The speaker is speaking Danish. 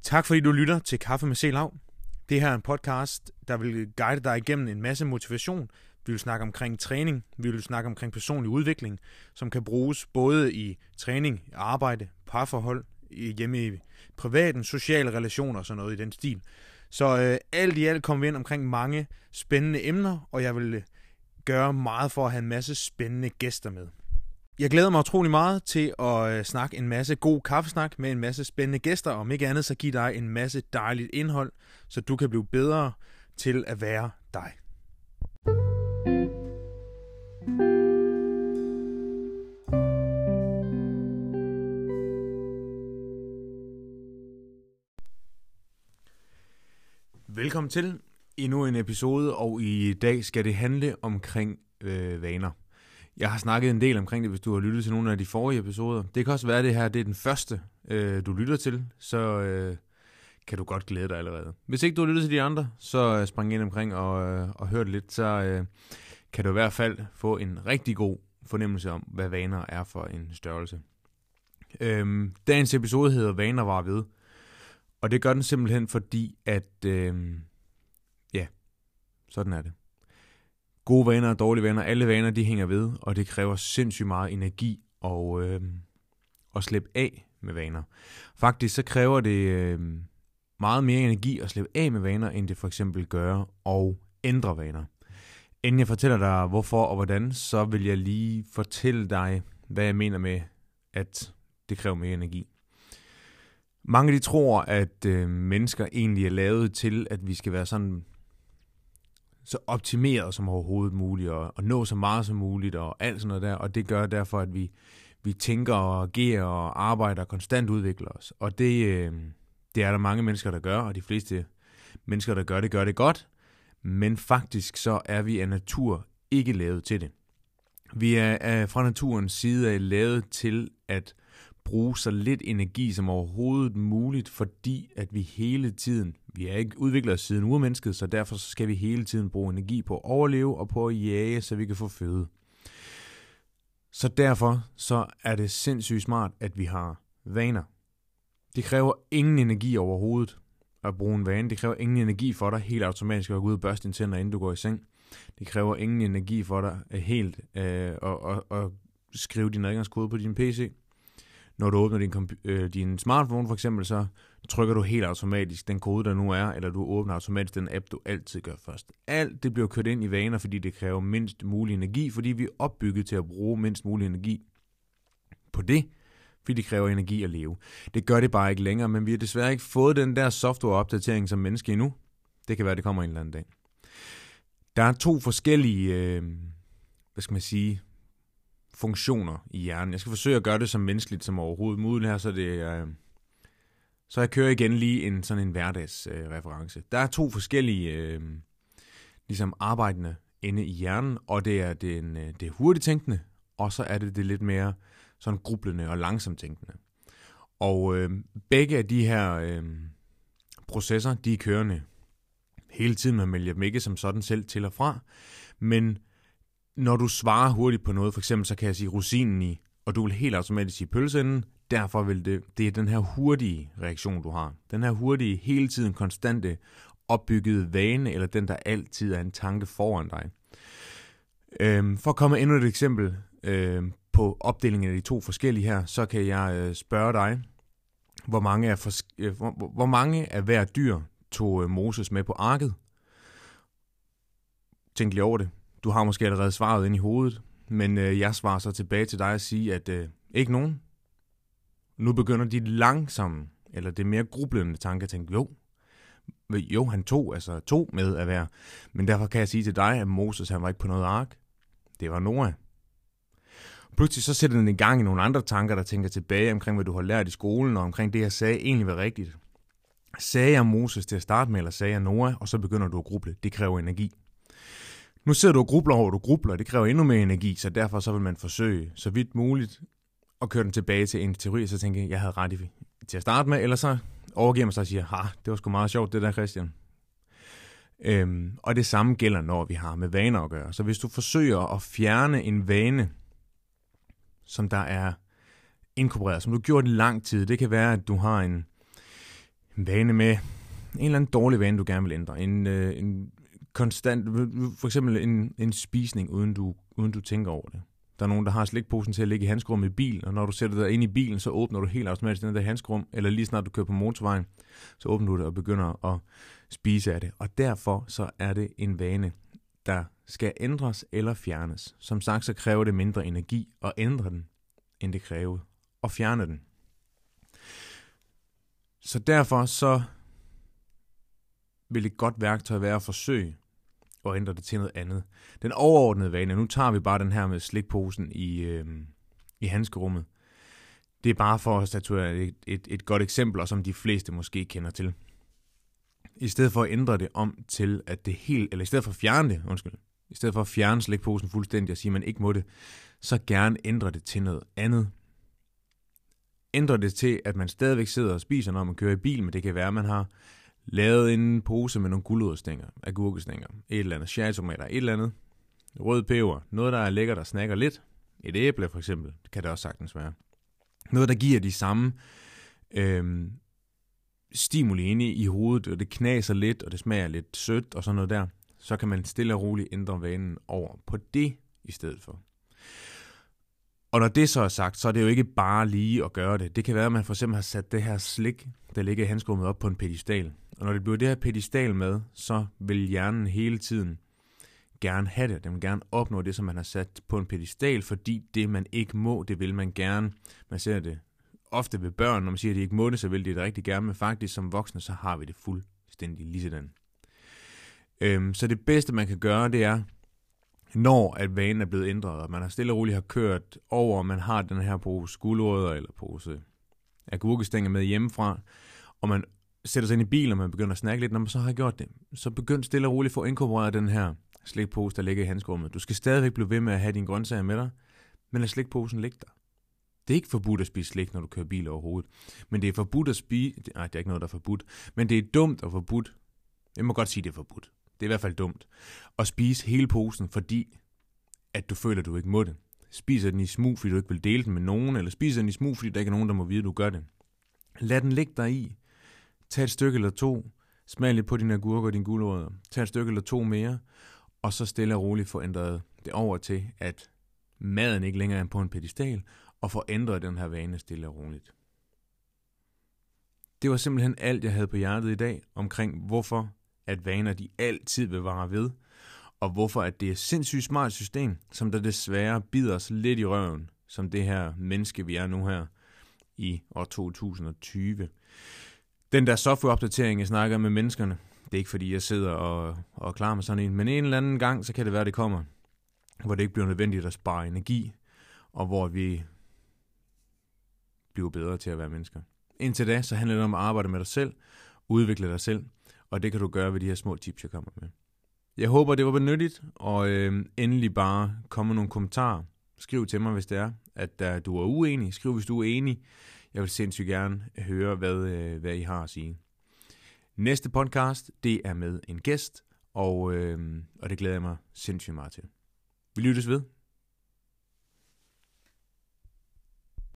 Tak fordi du lytter til Kaffe med C-Lav. Det her er en podcast, der vil guide dig igennem en masse motivation. Vi vil snakke omkring træning, vi vil snakke omkring personlig udvikling, som kan bruges både i træning, arbejde, parforhold, hjemme i privaten, sociale relationer og sådan noget i den stil. Så alt i alt kommer vi ind omkring mange spændende emner, og jeg vil gøre meget for at have en masse spændende gæster med. Jeg glæder mig utrolig meget til at snakke en masse god kaffesnak med en masse spændende gæster, og om ikke andet så give dig en masse dejligt indhold, så du kan blive bedre til at være dig. Velkommen til endnu en episode, og i dag skal det handle omkring vaner. Jeg har snakket en del omkring det, hvis du har lyttet til nogle af de forrige episoder. Det kan også være, at det her det er den første, du lytter til, så kan du godt glæde dig allerede. Hvis ikke du har lyttet til de andre, så spring ind omkring og hør det lidt, så kan du i hvert fald få en rigtig god fornemmelse om, hvad vaner er for en størrelse. Dagens episode hedder Vaner var ved, og det gør den simpelthen fordi, at sådan er det. Gode vaner og dårlige vaner, alle vaner de hænger ved, og det kræver sindssygt meget energi at slippe af med vaner. Faktisk så kræver det meget mere energi at slippe af med vaner, end det for eksempel gør at ændre vaner. Inden jeg fortæller dig hvorfor og hvordan, så vil jeg lige fortælle dig, hvad jeg mener med, at det kræver mere energi. Mange de tror, at mennesker egentlig er lavet til, at vi skal være sådan så optimeret som overhovedet muligt, og nå så meget som muligt, og alt sådan noget der, og det gør derfor, at vi tænker og agerer og arbejder og konstant udvikler os. Og det er der mange mennesker, der gør, og de fleste mennesker, der gør det godt, men faktisk så er vi af natur ikke lavet til det. Vi er fra naturens side af lavet til at bruge så lidt energi som overhovedet muligt, fordi at vi hele tiden, vi er ikke udviklet os siden urmennesket, så derfor skal vi hele tiden bruge energi på at overleve og på at jage, så vi kan få føde. Så derfor så er det sindssygt smart, at vi har vaner. Det kræver ingen energi overhovedet at bruge en vane. Det kræver ingen energi for dig helt automatisk at gå ud og børste dine tænder, inden du går i seng. Det kræver ingen energi for dig helt at skrive din adgangskode på din PC. Når du åbner din smartphone for eksempel, så trykker du helt automatisk den kode, der nu er, eller du åbner automatisk den app, du altid gør først. Alt det bliver kørt ind i vaner, fordi det kræver mindst mulig energi, fordi vi er opbygget til at bruge mindst mulig energi på det, fordi det kræver energi at leve. Det gør det bare ikke længere, men vi har desværre ikke fået den der softwareopdatering som menneske endnu. Det kan være, det kommer en eller anden dag. Der er to forskellige, funktioner i hjernen. Jeg skal forsøge at gøre det så menneskeligt som overhovedet muligt her, så jeg kører igen lige sådan en hverdagsreference. Der er to forskellige arbejdende inde i hjernen, og det er det hurtigt tænkende, og så er det lidt mere sådan grublende og langsomt tænkende. Og begge af de her processer, de er kørende hele tiden. Man vælger dem ikke som sådan selv til og fra, men når du svarer hurtigt på noget, for eksempel så kan jeg sige rosinen i, og du vil helt automatisk sige pølseenden, derfor vil det er den her hurtige reaktion, du har. Den her hurtige, hele tiden konstante opbyggede vane, eller den, der altid er en tanke foran dig. For at komme endnu et eksempel på opdelingen af de to forskellige her, så kan jeg spørge dig, hvor mange af hver dyr tog Moses med på arket? Tænk lige over det. Du har måske allerede svaret ind i hovedet, men jeg svarer så tilbage til dig og siger, at ikke nogen. Nu begynder de langsomme, eller det mere grublende tanker at tænke, jo, han tog med at være. Men derfor kan jeg sige til dig, at Moses han var ikke på noget ark. Det var Noah. Pludselig så sætter den i gang i nogle andre tanker, der tænker tilbage omkring, hvad du har lært i skolen, og omkring det, jeg sagde, egentlig var rigtigt. Sagde jeg Moses til at starte med, eller sagde jeg Noah, og så begynder du at gruble. Det kræver energi. Nu sidder du og grubler over, du grubler, det kræver endnu mere energi, så derfor så vil man forsøge så vidt muligt at køre den tilbage til en teori, så tænker jeg havde ret til at starte med, eller så overgiver man sig og siger, det var sgu meget sjovt det der, Christian. Og det samme gælder, når vi har med vaner at gøre. Så hvis du forsøger at fjerne en vane, som der er inkorporeret, som du har gjort i lang tid, det kan være, at du har en vane med en eller anden dårlig vane, du gerne vil ændre. En konstant, for eksempel en spisning, uden du tænker over det. Der er nogen, der har slikposen til at ligge i handskerummet i bilen, og når du sætter dig ind i bilen, så åbner du helt automatisk den der handskerum, eller lige snart du kører på motorvejen, så åbner du det og begynder at spise af det. Og derfor så er det en vane, der skal ændres eller fjernes. Som sagt, så kræver det mindre energi at ændre den, end det kræver at fjerne den. Så derfor så vil et godt værktøj være at forsøge at ændre det til noget andet. Den overordnede vane, nu tager vi bare den her med slikposen i handskerummet. Det er bare for at statuere et godt eksempel, og som de fleste måske kender til. I stedet for at ændre det om til, at det helt, eller i stedet for at fjerne det, i stedet for at fjerne slikposen fuldstændig og sige, at man ikke må det, så gerne ændre det til noget andet. Ændre det til, at man stadigvæk sidder og spiser, når man kører i bil, men det kan være, at man har lavet en pose med nogle gulerødstænger, agurkestænger, et eller andet, cherrytomater, et eller andet, rød peber, noget, der er lækkert og snakker lidt. Et æble for eksempel, det kan det også sagtens være. Noget, der giver de samme stimuli inde i hovedet, og det knaser lidt, og det smager lidt sødt og sådan noget der. Så kan man stille og roligt ændre vanen over på det i stedet for. Og når det så er sagt, så er det jo ikke bare lige at gøre det. Det kan være, at man for eksempel har sat det her slik, der ligger i handskerummet, op på en pedestal. Og når det bliver det her pedestal med, så vil hjernen hele tiden gerne have det. Den vil gerne opnå det, som man har sat på en pedestal, fordi det, man ikke må, det vil man gerne. Man ser det ofte ved børn, når man siger, at de ikke må det, så vil de det rigtig gerne. Men faktisk som voksne, så har vi det fuldstændig lige sådan. Så det bedste, man kan gøre, det er, når at vanen er blevet ændret, og man har stille og roligt har kørt over, og man har den her pose gulerødder eller pose agurkestænger med hjemmefra, og man sætter sig ind i bilen, og man begynder at snakke lidt, når man så har gjort det, så begynd stille og roligt at få inkorporeret den her slikpose, der ligger i handskerummet. Du skal stadigvæk blive ved med at have dine grøntsager med dig, men lad slikposen ligge der. Det er ikke forbudt at spise slik, når du kører bil overhovedet, men det er forbudt at spise. Nej, det er ikke noget, der er forbudt, men det er dumt og forbudt. Jeg må godt sige, det er forbudt. Det er i hvert fald dumt at spise hele posen, fordi at du føler, at du ikke må det. Spiser den i smug, fordi du ikke vil dele den med nogen, eller spiser den i smug, fordi der ikke er nogen, der må vide, at du gør det. Lad den ligge der i. Tag et stykke eller to. Smag lidt på dine agurker og dine gulerødder. Tag et stykke eller to mere, og så stille og roligt få ændret det over til, at maden ikke længere er på en pedestal, og få ændret den her vane stille og roligt. Det var simpelthen alt, jeg havde på hjertet i dag, omkring hvorfor at vaner de altid vil vare ved, og hvorfor at det er et sindssygt smart system, som der desværre bider os lidt i røven, som det her menneske, vi er nu her i år 2020. Den der softwareopdatering, jeg snakker med menneskerne, det er ikke fordi, jeg sidder og klarer mig sådan en, men en eller anden gang, så kan det være, det kommer, hvor det ikke bliver nødvendigt at spare energi, og hvor vi bliver bedre til at være mennesker. Indtil da, så handler det om at arbejde med dig selv, udvikle dig selv, og det kan du gøre ved de her små tips, jeg kommer med. Jeg håber, det var benyttigt, og endelig bare komme med nogle kommentarer. Skriv til mig, hvis det er, at du er uenig. Skriv, hvis du er enig. Jeg vil sindssygt gerne høre, hvad I har at sige. Næste podcast, det er med en gæst, og det glæder jeg mig sindssygt meget til. Vi lyttes ved.